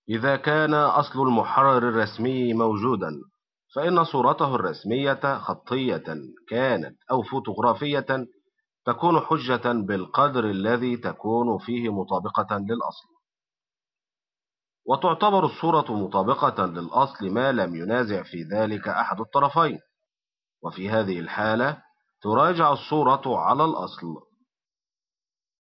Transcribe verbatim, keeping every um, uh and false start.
إذا كان أصل المحرر الرسمي موجودا، فإن صورته الرسمية خطية كانت أو فوتوغرافية تكون حجة بالقدر الذي تكون فيه مطابقة للأصل. وتعتبر الصورة مطابقة للأصل ما لم ينازع في ذلك أحد الطرفين، وفي هذه الحالة تراجع الصورة على الأصل